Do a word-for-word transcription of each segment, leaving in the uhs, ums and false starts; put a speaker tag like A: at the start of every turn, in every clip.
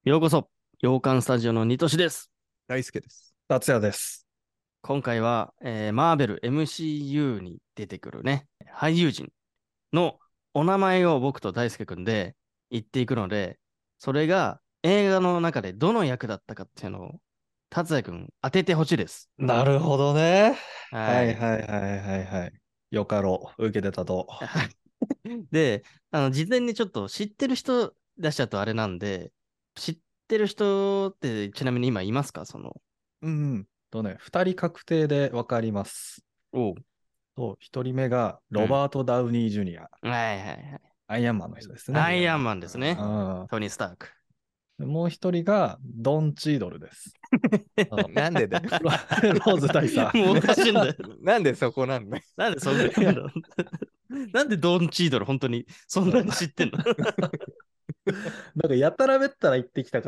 A: ようこそ、洋館スタジオのニトシです。
B: 大輔です。
C: 達也です。
A: 今回は、えーマーベル エムシーユー に出てくるね、俳優陣のお名前を僕と大輔くんで言っていくので、それが映画の中でどの役だったかっていうのを、達也くん当ててほしいです。
C: なるほどね。は
A: はい。
C: いはいはいはいはい。よかろう。受けてたと。
A: で、あの、事前にちょっと知ってる人出しちゃうとあれなんで、知ってる人ってちなみに今いますか？その、
C: うん。とね、二人確定でわかります。
A: おう。
C: と、一人目が
A: うん。
C: ロバート・ダウニー・ジュニア。
A: はいはいはい。
C: アイアンマンの人ですね。
A: アイアンマンですね。
C: うん。
A: トニー・スターク。
C: もう一人がドン・チードルです。うん
B: なんでだよ。
C: ロローズ大佐。
A: もうおかしいんだよ。
B: なんでそこなんだよ。
A: なんでそんな言うの？なんでドン・チードル本当にそんなに知ってんの？
C: なんかやたらめったら言ってきたから、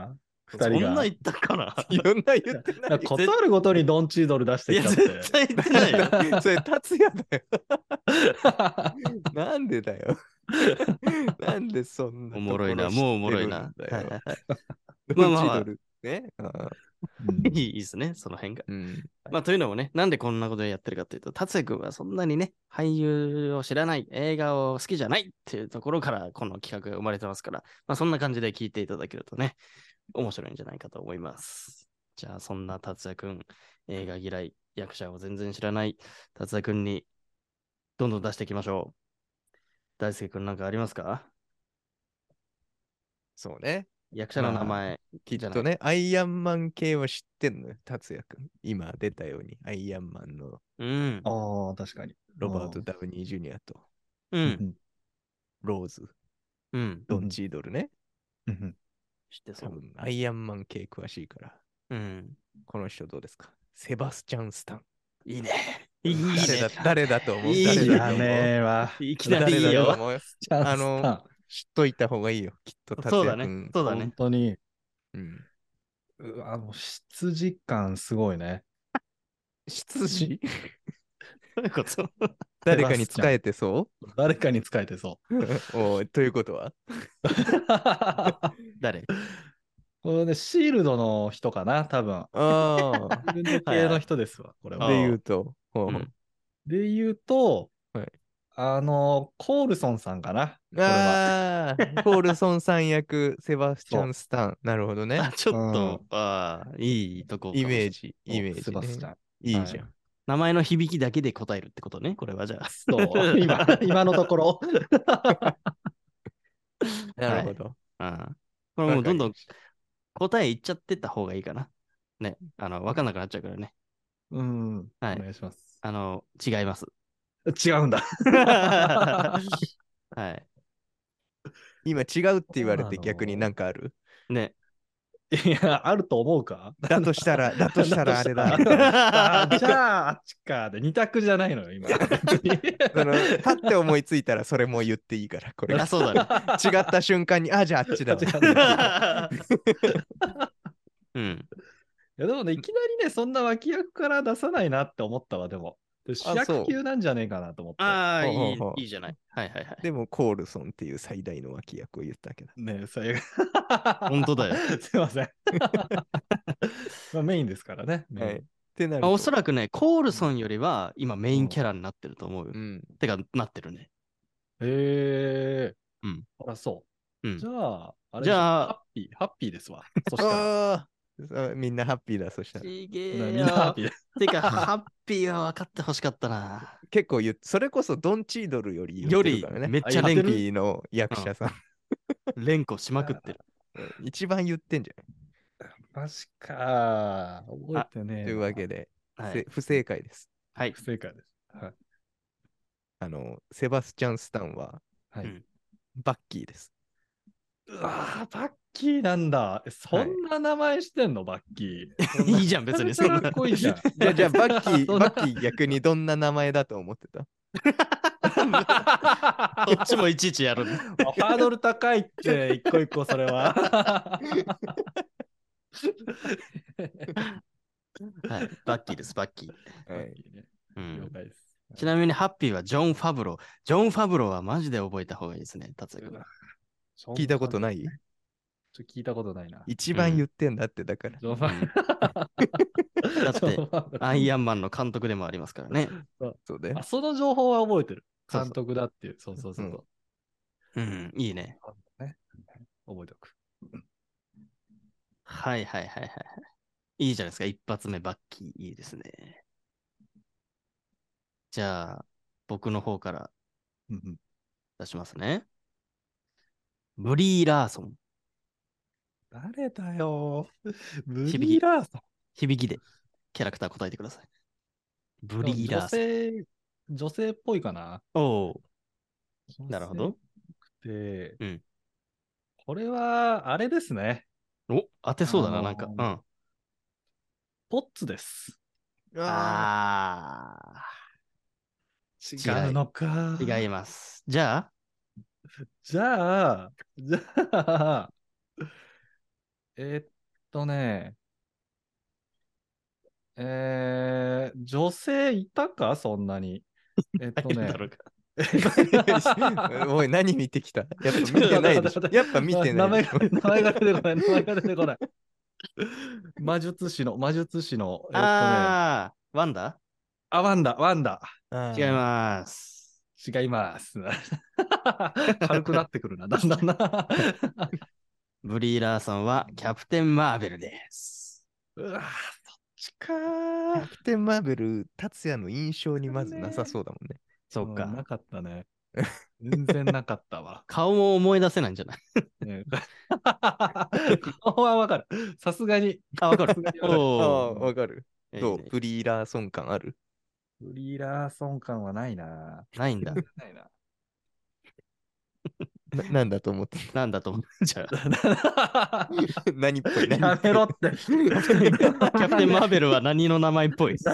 C: 二
A: そ
C: 人が。
A: んな言ったかな？
B: いろんな言ってないよ。
C: ことあるごとにドン・チードル出し
A: いや、
C: てきちゃって。
A: 絶対言ってないよ。
B: それ、達也だよ。なんでだよ。なんでそんな
A: おもろいな、
B: ところ知
A: もうお
B: ってるん
A: もろいな。
B: だよ。
A: はいはいはい。ま
B: ド
A: あまあまあ、
B: ンチドルね。ああ
C: うん
A: いいですね、その辺が。
B: うん。
A: まあ、というのもね、なんでこんなことをやってるかというと、達也君はそんなにね、俳優を知らない、映画を好きじゃないっていうところから、この企画が生まれてますから、まあ、そんな感じで聞いていただけるとね、面白いんじゃないかと思います。じゃあ、そんな達也君、映画嫌い、役者を全然知らない達也君に、どんどん出していきましょう。大輔君なんかありますか？
B: そうね。
A: 役者の名
B: まあ、
A: 前じゃない。
B: きっとね、アイアンマン系は知ってんのよ、達也くん。今出たように、アイアンマンの
A: うん。
C: ああ、確かに。
B: ロバート・ダウニー・ジュニアと
A: うん。
C: うん。
B: ローズ、
A: うん。
B: ドン・チードルね。
C: うん
A: 知ってそう。
B: 多分、アイアンマン系詳しいから。
A: うん。
B: この人どうですか？セバスチャン・スタン。
A: いいね。いいね。
B: 誰だ、誰だと思う
A: いい
C: 知ら
B: 誰だと思う
C: ねえわ。
A: いきなり
B: 誰だ
A: いいよ。
B: と思う
C: チャン
B: あの、
C: スタン。
B: 知っといた方がいいよ。きっと、達
A: そうだね。
B: 也くん。
C: 本
A: そうだね。
C: 当に、
B: うん。
C: うわ、もう質実感すごいね。
B: 執事
A: どういうこと
B: 誰かに仕
C: セバスチャン。
B: えてそ
C: 誰かに使えてそ
B: うおいということは
C: う。
A: 誰？
C: これね、シールドの人かな、多分。
B: ああ。
C: シールド
A: はいはい。
C: 系の人ですわ、これは。
B: で
A: ああ。
B: 言うと、ほうほ
A: うん。
C: で言うと、
B: うはい
C: あの、コールソンさんかな、これは。
B: ああ、コールソンさん役、セバスチャ
C: そ
B: ン・スタン。なるほどね。
A: あ、ちょ
C: う。う
A: っと、
C: ん。
A: ああ、いいとこかもしれない。
B: イメージ、イメ
C: そう、セ
B: ージね。
C: バスチャン。はい。
B: いいじゃん。
A: 名前の響きだけで答えるってことね、これはじゃ
C: そう、今、
A: あ。
C: 今のところ。
A: はい。
B: なるほど。
A: ああ。これもうどんどん
B: わかりまし
A: 答え言っちゃってった方がいいかな。ね。あの、わかんなくなっちゃうからね。
C: うん。
A: はい。
C: お願いします。
A: あの、違います。
C: 違うんだ。
A: はい。
B: た。今違うって言われて逆になん
C: か。
B: かある？
A: ね。
C: いや、あると思うか？
B: だとしたら、だとしたらあれだみたいな。
C: あーじゃあ、あっちか。で、二択じゃないのよ、今。別に。
B: その、パッて思いついたらそれも言っていいから、これ。
A: あ、そうだね。
B: 違った瞬間に、あ、じゃああっちだわ。
C: あ違
A: うん。
C: いや、でもね、いきなりね、そんな脇役から出さないなって思ったわ、でも。で主
B: あ、そう。
C: 役級なんじゃねえかなと思って。
A: ああ、
B: ほうほ
A: いい、
B: うほう
A: いいじゃない。はいはいはい。
B: でも、コールソンっていう最大の脇役を言ったわけだ。
C: ねえ、最悪。
A: 本当だよ。
C: すいません。まあ、メインですからね、メイン。
B: はい。ってな
A: まあ、お
B: ると。
A: そらくね、コールソンよりは今メインキャ
C: うん。
A: ラになってると思うよ。
B: うん。
A: てか、なってるね。
C: へえ
A: うん。
C: あら、そう。じ
A: うん。
C: ゃあ、あれでしょ。
A: じゃあ、
C: ハッピー、ハッピーですわ。そしたら。
B: ああ、みんなハッピーだ、そしたら。
A: ちげえ
C: ねみんなハッ
A: よ。
C: ピーで。
A: てか、ハッピーは分かってほしかったな。
B: 結構言っそれこそドンチードルより言っ
A: より、
B: てるからね。
A: めっ
C: あ、
A: ちゃ連呼、
C: 言ってる。
B: ハッピーの役者さん。
A: 連呼しまくってる。
B: うん一番言ってんじゃ
C: マジか。覚え
A: あ、
B: ん。という
C: てねえな。
B: わけで、
A: はい。
B: せ不正解です。
A: はい。
C: 不正解です。はい。
B: あの、セバスチャン・スタンは
C: はい。
A: うん。
B: バッキーです。
C: うわーバッキーなんだ。えそんな名前してんの、バッキー。そんな
A: いいじゃん、別に
C: めちゃめちゃか
A: そんな。
C: っこいいじゃん。
B: じゃあ、じゃあ、バッキー、
C: そんな
B: バッキー逆にどんな名前だと思ってた？
A: そっちもいちいちやるね。
C: ハードル高いって、一個一個それは。
A: はい。バッキーです、バッキー。
B: はい。
C: バッキーね。
A: うん。
C: 了解です。
A: ちなみに、ハッピーはジョン・ファブロー。ジョン・ファブローはマジで覚えた方がいいですね、達也君。
B: 聞いたことない？
C: ジちょっと聞いたことないな。
B: 一番言ってんだって、だから。
C: ジョバン
A: うんだって、アイアンマンの監督でもありますからね。
B: そうだよ
C: あ、。その情報は覚えてる。
A: そうそう
C: 監督だっていう。そうそうそうそう。
A: うん、いいね。
C: ね、覚えておく。
A: はいはいはいはいはい。いいじゃないですか。一発目バッキーいいですね。じゃあ、僕の方から
C: うんうん
A: 出しますね。ブリー・ラーソン。
C: 誰だよ。ブ
A: 響き
C: リーラーソン。
A: 響きでキャラクター答えてください。ブリー・
C: 女
A: ラーソン。
C: 性、女性っぽいかな。
A: おお、なるほど。
C: で、
A: うん。
C: これは、あれですね。
A: お、当てそうだな、
C: あのー
A: なんか。うん。
C: ポッツです。
B: あ
A: あ
C: 違
A: 違いう
C: のか。
A: ー、違います。じゃあ、
C: じゃあ、じゃあ、えーっとね、えー、女性いたかそんなに。えっとね
A: いるだろうか。
B: あ。おい、何見てきた？やっぱ見てないでしょ。やっぱ見てないでしょ。
C: 名前が出てこない、名前が出てこない。魔術師の、魔術師の、えっとね、
A: あー、ワンダ
C: あ、ワンダ、ワンダ。
A: 違います。
C: 違います。軽くなってくるな、だんだんな。
A: ブリー・ラーソンはキャプテン・マーベルです。
C: うわそっちか
B: キャ
C: ー。
B: プテン・マーベル、達也の印象にまずなさそうだもんね。
C: うん
A: そっか。
C: なかったね。全然なかったわ。
A: 顔も思い出せないんじゃない
C: ね、顔はわかる。さすがに。
A: あ、わかる。
C: さすがにわかる。
B: ああ、
A: おー。
B: わかる。どう
A: いいね
B: ブリーラーソン感ある？
C: フリーラーソン感はないな。
A: ないんだ。
C: ないな。
B: な、なんだと思って
A: なんだと思う。じゃあ。
B: た何っぽい何っ
C: や
B: ぽい
C: めろって。
A: キャプテン・マーベルは何の名前っぽいです。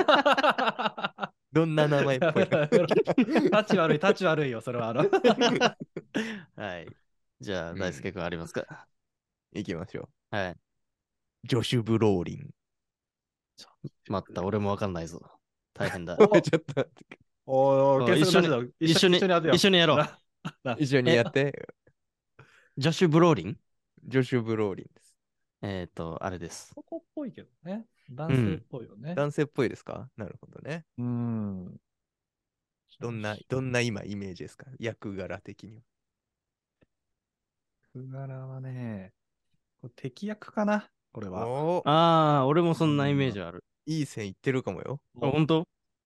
B: どんな名前っぽいの？
C: やめろタチ悪い、タチ悪いよ、それは。あの
A: はい。じゃあ、大輔君ありますか？
B: 行きましょ
A: はい。
B: う。ジョシュ・ブローリン。
A: 待った、俺もわかんないぞ。大変だ。
B: ちょっと待って
C: おいおい、
A: 一緒に
C: 結束なしだ
A: 一緒に
C: 一緒にやってよ
A: 一緒にやろう
C: なな
B: 一緒にやって。
A: ジョシュ・ブローリン
B: ジョシュ・ブローリンです。
A: えっ、と、あれです。
C: 男っぽいけどね。男性っぽいよね。
B: 男性っぽいですか？なるほどね。
C: うん。
B: どんな、どんな今イメージですか？役柄的には。
C: 役柄はね、これ敵役かなこれは。
B: おー、
A: ああ、俺もそんなイメージある。
B: いい線いってるかもよ。
A: あ、本当？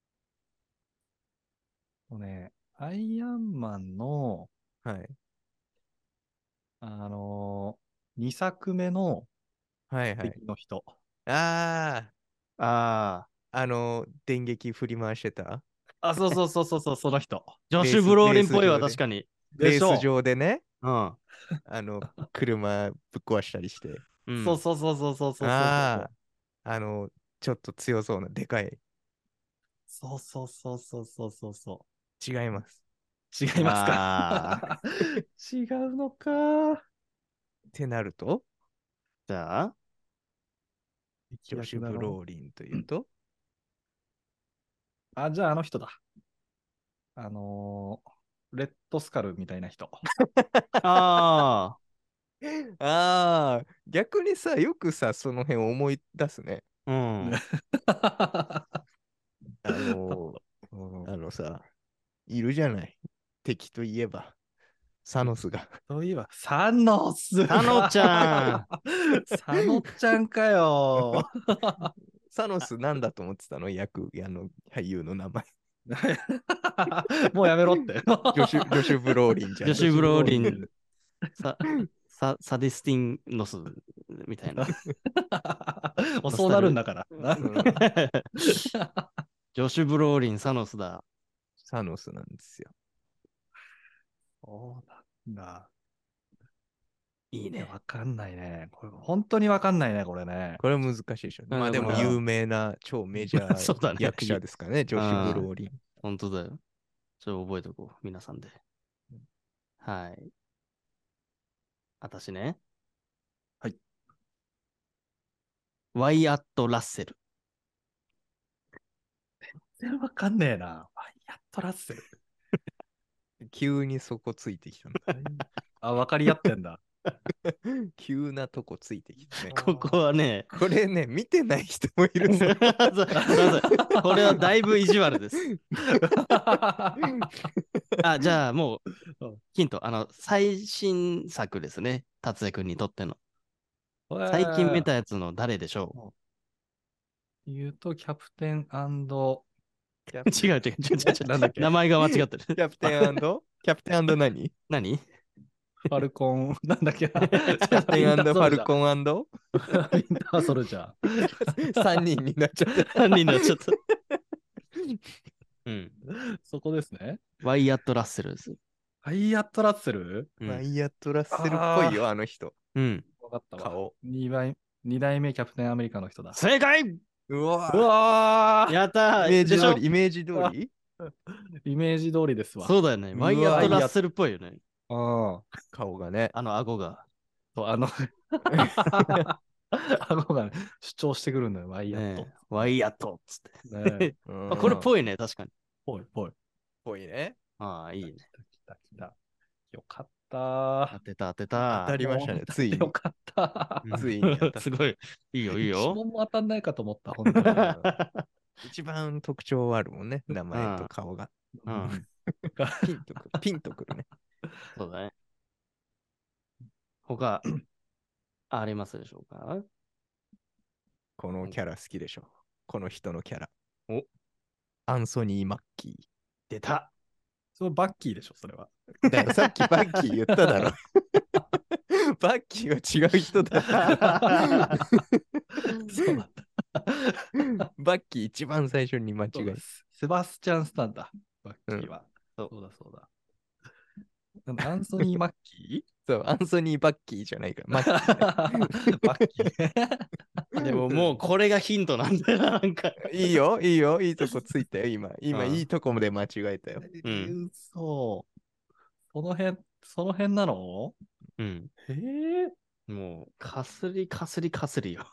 C: もうね、アイアンマンの、
B: はい。
C: あのー、にさくめの
B: はいはい。
C: 敵の人。
B: あー、
A: ああ、
B: あの、電撃振り回してた
C: あ、そうそうそうそうそう、その人。
A: ジョシュ・ブローリンっぽいわ、
B: レース
A: 確かに。
B: レース
C: でしょ
B: 上でね、
A: うん。
B: あの、車ぶっ壊したりして。
A: うん、
C: そうそうそうそうそうそうそう。
B: ああ、あの、ちょっと強そうな、でかい。
C: そうそうそうそうそうそうそ
B: 違います。
C: う。違います
A: あ
C: か違うのか。
B: ってなると、
A: じゃあ、
B: ジョシュ・ブローリンというと、
C: あ、じゃああの人だ。あのー、レッドスカルみたいな人。
A: あ
B: ああ、逆にさ、よくさ、その辺思い出すね。
A: あ、うん。
B: あのー、あのさ、いるじゃない。敵といえば、サノスが。
C: そういえば、サノス
A: サノちゃ
C: んサノちゃんかよ
B: サノスなんだと思ってたの役、あの、俳優の名前。
C: もうやめろって。
B: ジョシュ、ジョシュ・ブローリンじゃん。
A: ジョシュ・ブローリン、サ、サ、サディスティンノスみたいな。
C: もうそうなるんだから。
B: うん
A: ジョシュ・ブローリン、サノスだ。
B: サノスなんですよ。
C: そうなんだ。
A: いいね。
C: いやわかんないね。これ本当にわかんないね、これね。
B: これ難しいでしょ。
A: うん
B: まあでも
A: これ
B: 有名な超メジャ
A: そうだね
B: ー役者ですかね、ジョシュ・ブローリン。
A: 本当だよ。ちょっと覚えとこう、皆さんで。はい。私ね。
C: はい。
A: ワイアット・ラッセル。
C: 全然わかんねえな。ワイヤットラッセル。
B: 急にそこついてきたんだ。
C: あ、わかり合ってんだ。
B: 急なとこついてきたね。
A: ここはね、
B: これね、見てない人もいるぞ。
A: そうすいませんこれはだいぶ意地悪です。あ、じゃあもう
C: うん、
A: ヒント。あの、最新作ですね。達也くんにとっての。最近見たやつの誰でしょ
C: 言うと、キャプテン
B: キャ
A: う違う違う違う違う違う。
C: なんだっけ
A: 名前が間違ってる。
B: キャプテンキャプテン何キ
A: 何
C: ファルコン、なんだっけな。キ
B: ャプテンファルコン
C: ン。ウィンターソルジャー。
B: さんにんになっちゃった。
A: 犯人になっちゃった。うん。
C: そこですね。
A: ワイヤット・ラッセルです。
C: ハイアットラッセル
A: うん
B: ワイヤット・ラッセルっぽいよ、あの人。
A: うん。
C: わかったわ。
B: 顔。
C: にばい、に代目キャプテンアメリカの人だ。
A: 正解
B: うわ
C: うわー
A: やったー
B: イメージ
A: でしょ
B: 通り、イメージ通り
C: イメージ通りですわ。
A: そうだよね。
B: うわ
A: ワイヤット・ラッセルっぽいよね。
C: ああ。
B: 顔がね。
A: あの顎が。
C: そうあの、顎がね、主張してくるんだよ、ワイヤット。
A: ねえワイヤットっつって。
C: ねえ
B: うん
A: あこれっぽいね、確かに。
C: ぽいぽい。
B: ぽいね。
A: ああ、いいね。
C: 来た来た来た。よかった
A: 当てた当て
B: 当
A: た
B: た。りましたね、ついに
C: よ。かった。
A: うん
B: ついに当たった
A: すごい。いいよ、いい
C: 一
A: よ。
C: 問も当たんないかと思った、本当に。
B: 一番特徴あるもんね、名前と顔が。
A: うん
C: うん
B: ピンとくる、ピンとくるね。
A: そうだね。他、ありますでしょうか
B: このキャラ好きでしょ。この人のキャラ。
A: お
B: アンソニー・マッキ
A: 出た。
C: それバッキーでしょ、それは。
B: ー。だよ、さっきバッキー言っただろ。バッキーは違う人だ。
C: そうだった。
B: バッキー一番最初に間違え
C: そうです。セバスチャン・スタンだ、バッキーは。
A: そう
C: そうだそうだ。なんだアンソニー・マッキ
B: そう、アンソニー・バッキーじゃないから。マッキー
C: ーバッキーね。
A: でももうこれがヒントなんだよな、なんか。
B: いいよ、いいよ、いいとこついたよ、今。今、
A: うん
B: いいとこで間違えたよ。
A: うん
C: そう。その辺、その辺なの
A: うん。
C: へえ。
A: もう、かすりかすりかすりよ。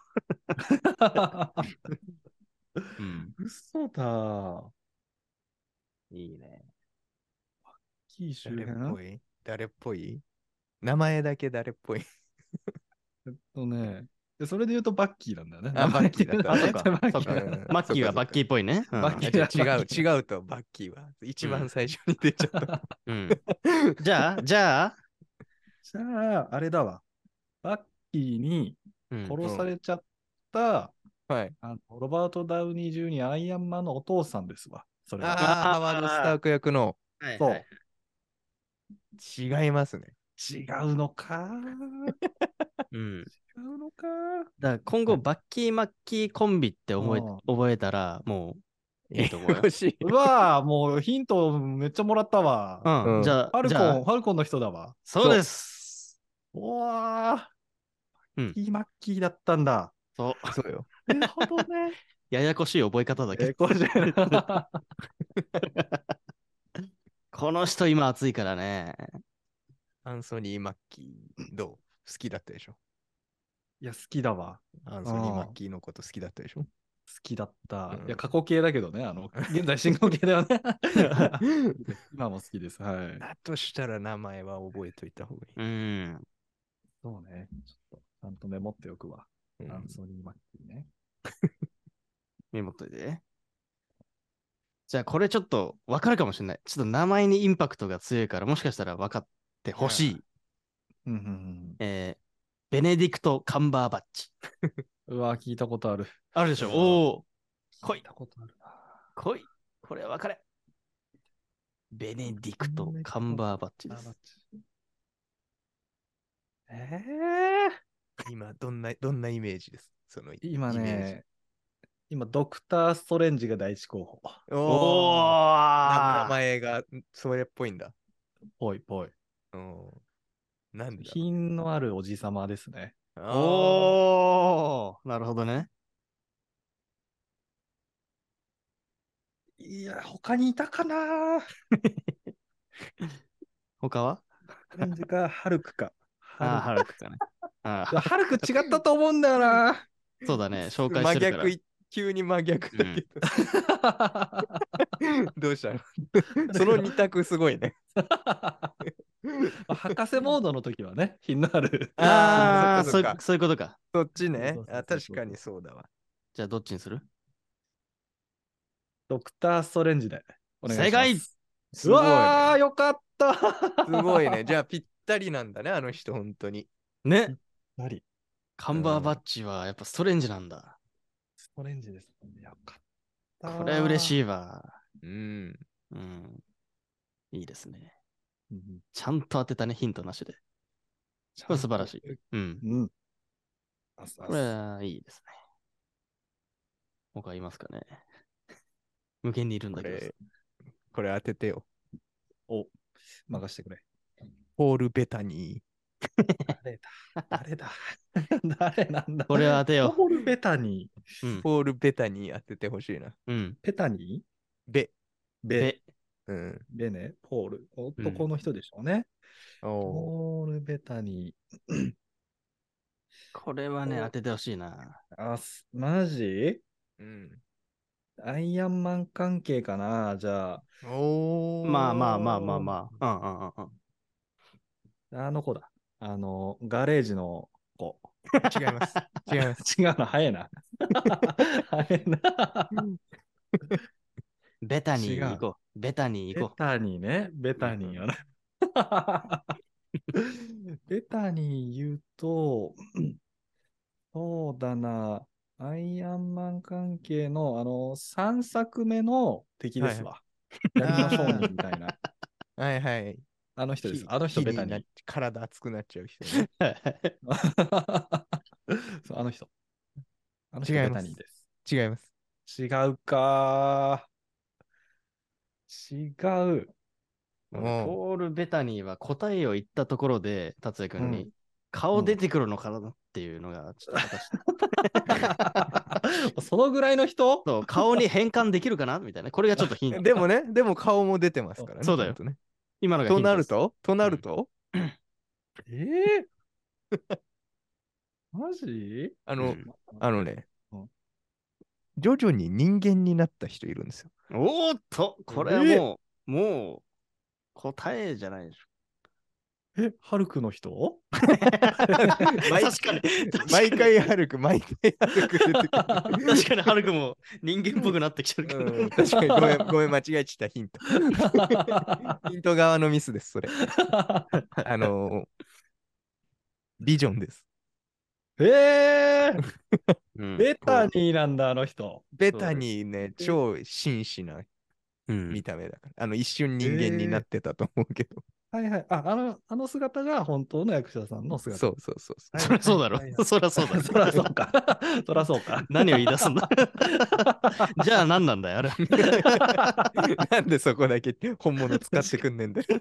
A: うん。
C: 嘘だ。
A: いいね。
C: キー周
B: 誰っ
C: 辺
B: ぽい誰っぽい名前だけ誰っぽい
C: えっとね。でそれで言うとバッキーなんだよね。
B: あバッキーだった
A: あ、そっか。
C: バッキー
A: そっか
B: うん
A: マッキーはバッキーっぽいね。うん
C: バッキ
B: いや
C: ー
B: 違う、違うと、バッキーは。一番最初に出ちゃった。
A: うん。じゃあ、じゃあ、
C: じゃあ、あれだわ。バッキーに
A: うん
C: 殺されちゃった、
B: はい。
C: あのロバート・ダウニー・ジュニア、アイアンマンのお父さんですわ。それは。
B: ああ、ハワード・スターク役の
C: そう
A: はいはい
B: 違いますね。
C: 違うのか
A: うん。
C: 違うのか
A: だから今後、バッキー・マッキーコンビって覚え
C: うん
A: 覚えたら、もういいと思うよ。
B: 欲しい。
C: うわぁ、もうヒントめっちゃもらったわ。
A: うん。
B: うん
A: じゃあ、じゃあ
C: ファルコン、ファルコンの人だわ。
A: そうです。
C: うわぁ、
A: うん
C: キーマッキーだったんだ。
A: そう。
B: そうよ。
C: なるほどね。
A: ややこしい覚え方だけど。
C: えー、これじゃ
A: この人今熱いからね。
B: アンソニー・マッキー、どう好きだったでしょ
C: いや、好きだわ。
B: アンソニー・マッキーのこと好きだったでしょ
C: 好きだった。
B: うん
C: いや、過去形だけどね。あの、現在進行形だよね。今も好きです。はい。
B: だとしたら名前は覚えといた方がいい。
A: うん。
C: そうね。ちょっと、ちゃんとメモっておくわ。
B: うん
C: アンソニー・マッキーね。
A: メモっといて。じゃあ、これちょっと分かるかもしれない。ちょっと名前にインパクトが強いから、もしかしたら分かってほしい。
C: うんうんうん。
A: えーベネディクト・カンバーバッチ。
C: うわ、聞いたことある。
A: あるでしょ。
B: うん
A: おお。来い
C: 聞いたことあるな。
A: 来い。これは分かれ。ベネディクト・カンバーバッチです。
C: ええ
B: 今、どんな、どんなイメージですその
C: 今
B: イメージ
C: ね、今、ドクター・ストレンジが第一候補。
B: お
A: お
B: ー名
A: ー
B: 前がそれっぽいんだ。
C: ぽいぽい。
B: うんなんだ
C: 品のあるおじさまですね。
B: あ
A: おーなるほどね。
C: いや、他にいたかな
A: 他は
C: ストレンジか、ハルクか。
A: ああ、
C: ハ
A: ハルクかね。あ
C: ルク。ハルク違ったと思うんだよな。
A: ーそうだね。紹介
B: 真
A: してるから
B: 逆。い、急に真逆だけど。どうしたのその二択すごいね。
C: まあ、博士モードの時はね、品のある。
A: ああ、
B: そっかそっか
A: そういうそういうことか。
B: そっちね。
C: そうそうそうそう
B: あ、確かにそうだわ。
A: じゃあどっちにする？
C: ドクター・ストレンジでお願いしま
A: 正
C: す。う
B: すごい
C: わー、
B: ね。
C: よかった
B: すごいね。じゃあぴったりなんだね、あの人、本当に。
A: ね。
C: 何
A: カンバーバッチはやっぱストレンジなんだ。
C: ストレンジです。よかった
A: これ嬉し
C: い。
A: いわ。
B: うん。
A: うん。いいですね。
C: うん
A: ちゃんと当てたね、ヒントなしで。これ素晴らしい。うん。
C: うん。あすあ
A: これ
C: す
A: はいいですね。他いますかね。無限にいるんだけどさ。
B: これ、これ当ててよ。
C: お、任してくれ。
B: ポール・ベタニ
C: 誰だ誰だ誰なんだ
A: これを当てよ
C: ポール・ベタニー。
A: う。う
B: ー。
A: ん。
B: ポール・ベタニー当ててほしいな。
A: うん。
C: ペタニ
B: ベ。
C: ーベ。
A: べ。
B: うん。
C: ベね。ポール。
A: うん
C: 男の人でしょうね。
B: おー。
C: ポール・ベタニ
A: これはね、
C: お
A: 当ててほしいな。
C: ー。あ、すマジ
B: うん。
C: アイアンマン関係かなじゃあ、
B: おー。
A: まあまあまあまあまあ。うんうんうんうん。
C: あの子だ。あの、ガレージの子。
B: 違います。違います。
C: 違うな、早いな。早いな。
A: ベタ
C: 違う。
A: に行こう。ベタに
C: ベ
A: 行こ
C: タにね、ベタによね。ベタに言うと、そうだな、アイアンマン関係の、あの、さんさくめの敵ですわ。闇の商人みたいな。
B: はいはい。
C: あの人です。
B: 火
C: あの人
B: 火になっ
C: ベタに。
B: 体熱くなっちゃう人ね。
C: そうあの人。あの
B: 違います
C: 人ベタにです。
B: 違います。
C: 違うか違う。
A: 俺、
B: おー。
A: ポール・ベタニーは答えを言ったところで、達也君に、
C: うん
A: 顔出てくるのかなっていうのが、ちょっと果たして。
C: そのぐらいの人
A: そう、顔に変換できるかなみたいな。これがちょっとヒント。
B: でもね、でも顔も出てますからね。
A: そうだよ
B: ちゃんとね。
A: 今のが
B: と
A: ヒントです。
B: なるととなると、
C: えー、マジ
B: あの、
A: うん
B: あのね
C: うん、
B: 徐々に人間になった人いるんですよ。
A: おーっと、これはもう、もう、答えじゃないでしょ。
C: え、ハルクの人
A: 確
B: 毎
A: かに。
B: 毎回ハルク、毎回ハルク出てくる。
A: 確かに、ハルクも人間っぽくなってきてるけど。
B: うん、確かにごめん、ごめん、間違えちゃったヒント。ヒント側のミスです、それ。あのービジョンです。
C: えー、
A: うん
C: ベタニーなんだ、あの人。
B: ベタにね、
C: え
B: 超紳士な
A: うん
B: 見た目だから。あの、一瞬人間になってたと思うけど。
C: はいはい。あ、あの、あの姿が本当の役者さんの姿。
B: そうそうそうそう。
A: そりゃそうだろ
C: はいはいはい。
A: そりゃそうだろ。
C: そらそうか。そらそうか。
A: 何を言い出すんだじゃあ何なんだよ、あれ。
B: なんでそこだけ本物使ってくんねんだよ。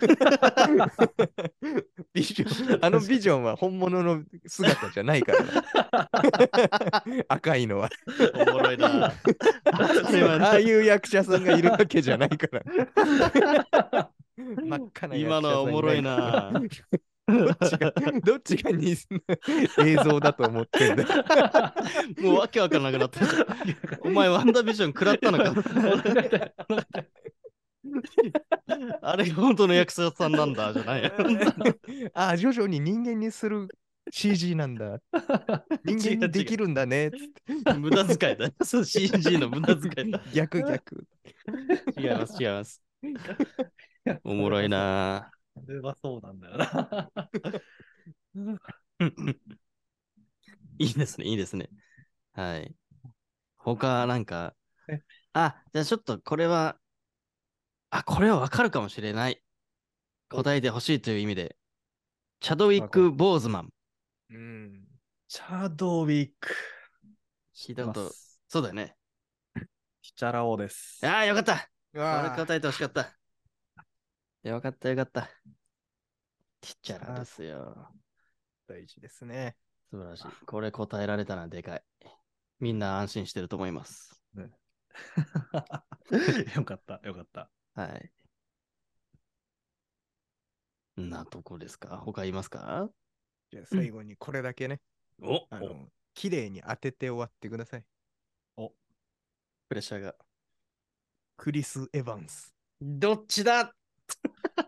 B: ビジョン、あのビジョンは本物の姿じゃないからな。赤いのは。
A: おもろいな。当たり前
B: あ
A: だ
B: あいう役者さんがいるわけじゃないから。真っ赤な役
A: 今のは
B: 者さんい
A: おもろいな。
B: どっちが、どっちがに映像だと思ってんだよ。
A: もうわけわかんなくなってるじゃん。お前ワンダービジョン食らったのかあれが本当の役者さんなんだじゃないよ。
B: ああ、徐々に人間にする シージー なんだ。人間にできるんだね。つって
A: 無駄遣いだ。そう シージー の無駄遣いだ。
B: 逆逆。
A: 違います、違います。おもろいな。
C: それはそうなんだよな。
A: いいですね、いいですね。はい。他、なんか
C: え、
A: あ、じゃあちょっとこれは、あ、これはわかるかもしれない。答えてほしいという意味で。チャドウィック・ボーズマン。
B: うん。
C: チャドウィック。
A: 聞いたこと
C: 知ってま、す
A: そうだよね。
C: ヒチャラオです。
A: ああ、よかった。これ
B: わ
A: 答えてほしかった。よかった、よかった。ティッチャラ
B: あ
A: ですよ。
B: 大事ですね。
A: 素晴らしい。これ答えられたのはでかい。みんな安心してると思います。
C: よかった、よかった。
A: はい。なとこですか？他いますか？
B: じゃあ最後にこれだけね、
A: お
B: あの、綺麗に当てて終わってください。
A: プレッシャーが。
B: クリス・エヴァンス。
A: どっちだ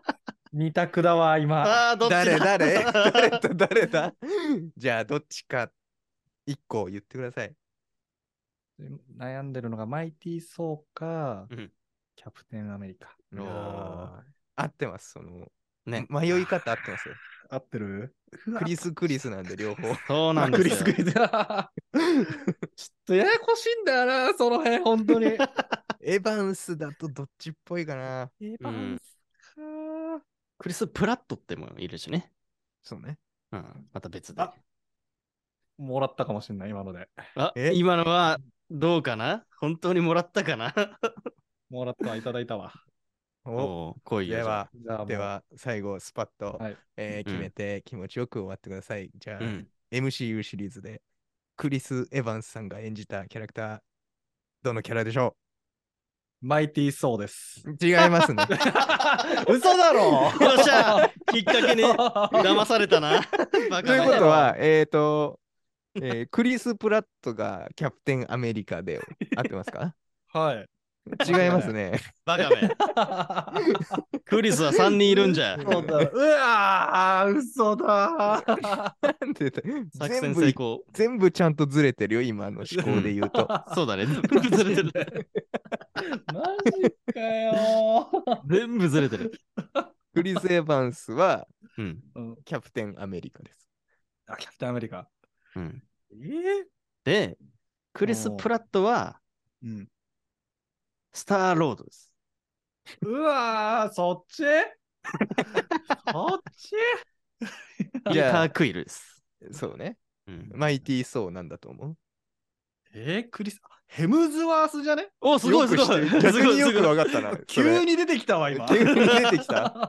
C: 二択だわ、今。
A: ああ、どっちだ
B: 誰誰誰と誰だじゃあ、どっちか一個言ってください。
C: 悩んでるのがマイティー・ソーか、
A: うん
C: キャプテンアメリカ。
A: おー
B: あー合ってます。その、
A: ね。
B: 迷い方合ってますよ。
C: 合ってる？
B: クリス・クリスなんで、両方。
A: そうなん
C: クリス・
A: ですよ。
C: クリス。ちょっとややこしいんだよな、その辺、本当に。エ
B: エヴァンスだとどっちっぽいかな。
C: ヴァンスか。
A: クリス・プラットってもいるしね。
B: そうね。
A: うん。また別で。
C: あもらったかもしれない、今ので。
A: あ、
B: え
A: 今のはどうかな？本当にもらったかな？
C: もらった、いただいたわ。
B: お
A: おー来いよ。
B: では、
C: じゃあもう
B: では、最後、スパッと、
C: はい
B: えー決めて気持ちよく終わってください。じゃあ、
A: うん
B: エムシーユー シリーズで、クリス・エヴァンスさんが演じたキャラクター、どのキャラでしょ
C: マイティー・ソーです。
B: う違いますね。
C: 嘘だろ
A: よっしゃきっかけに騙されたな。バ
B: という
A: カな
B: ことは、えっ、と、えークリス・プラットがキャプテンアメリカで合ってますか
C: はい。
B: 違いますね。
A: バカめ。クリスはさんにんいるんじゃ。
C: そうだ。うわー、嘘だ。
B: なんでだ
A: 作
B: 全部
A: 戦成功。
B: 全部ちゃんとずれてるよ、今の思考で言うと。
A: そうだね。全部ずれてる。
C: マジかよ。
A: 全部ずれてる。
B: クリス・エヴァンスは
A: うん。
C: うん、
B: キャプテンアメリカです。
C: あ、キャプテンアメリカ。
A: うん。
C: えー、
A: で、クリス・プラットは
C: うん。
A: スターロードです。
C: うわー、そっちそっち
A: ピーター・クイルです。
B: そうね。
A: うん、
B: マイティー・ソーなんだと思う
C: えー、クリス、ヘムズワースじゃね
A: お、すごいすごい。
B: よく知ってる逆によく
A: すごい
B: わかったな。
C: 急に出てきたわ、今。
B: 急に出てきた。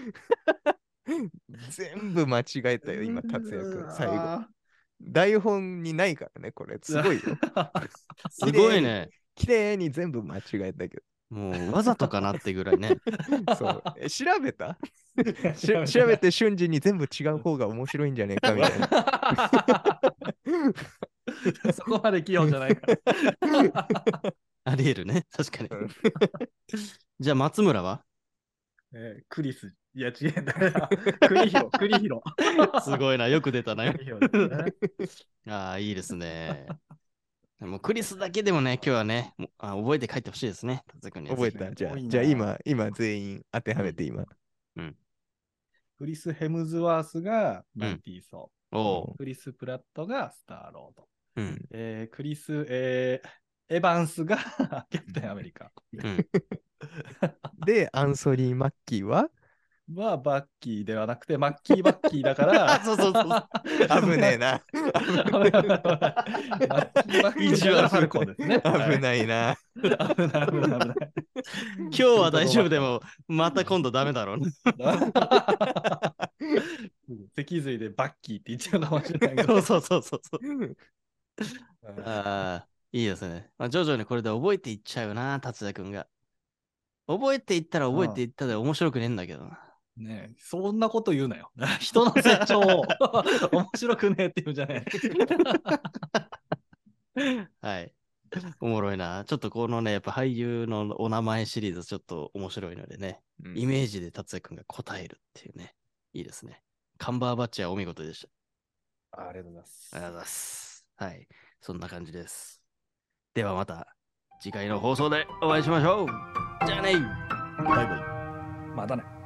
B: 全部間違えたよ、今、達也君。最後。台本にないからね、これ。すごいよ。
A: すごいね。
B: 綺麗に全部間違えたけ
A: もうわざとかなってぐらいね。
B: ど。そう。え調べたし調べて瞬時に全部違う方が面白いんじゃねえかみたいな。
C: そこまで器用じゃないから。
A: ありえるね。確かに
B: うん。
A: じゃあ松村は
C: えークリス。いや、違うんだよ。栗広、栗広。
A: すごいな。よく出たな。
C: 栗広ですね。
A: ああ、いいですね。もうクリスだけでもね、今日はね、もうあ覚えて帰ってほしいですね。達也君には
B: 覚え
A: ぜ
B: たじゃあ、
C: 多いな
B: じゃあ今、今全員当てはめて今。
C: クリス・ヘムズワースがマイティー・ソ
A: ひお
C: ー。クリス・プラットがスター・ロード。
A: う。うん。
C: えー、クリス、えー、エヴァンスがキャプテンアメリカ。
A: うん。
B: で、アンソニー・マッキーは
C: はバッキーではなくて、マッキー・バッキーだから。
A: そうそうそう。
B: 危ねえな。
C: 危ない危ない危ないマッキー・バッキーだからファルコンですね。
B: 危ないな。
C: 危ない危ない危ない。
A: 今日は大丈夫でも、また今度ダメだろうね。
C: 脊髄でバッキーって言っちゃうかもしれないけど。
A: そうそうそうそう。ああ、いいですね。まあ、徐々にこれで覚えていっちゃうな、達也君が。覚えていったら覚えていったで面白くねえんだけどな。
C: ねえ、そんなこと言うなよ。人の成長を面白くねえって言うんじゃねえ。
A: はい。おもろいな。ちょっとこのね、やっぱ俳優のお名前シリーズちょっと面白いのでね、
B: うん
A: イメージで達也君が答えるっていうね、いいですね。カンバーバッチはお見事でした。
C: ありがとうございます。
A: ありがとうございます。はい。そんな感じです。ではまた次回の放送でお会いしましょう。じゃあね
C: バイバイ。またね。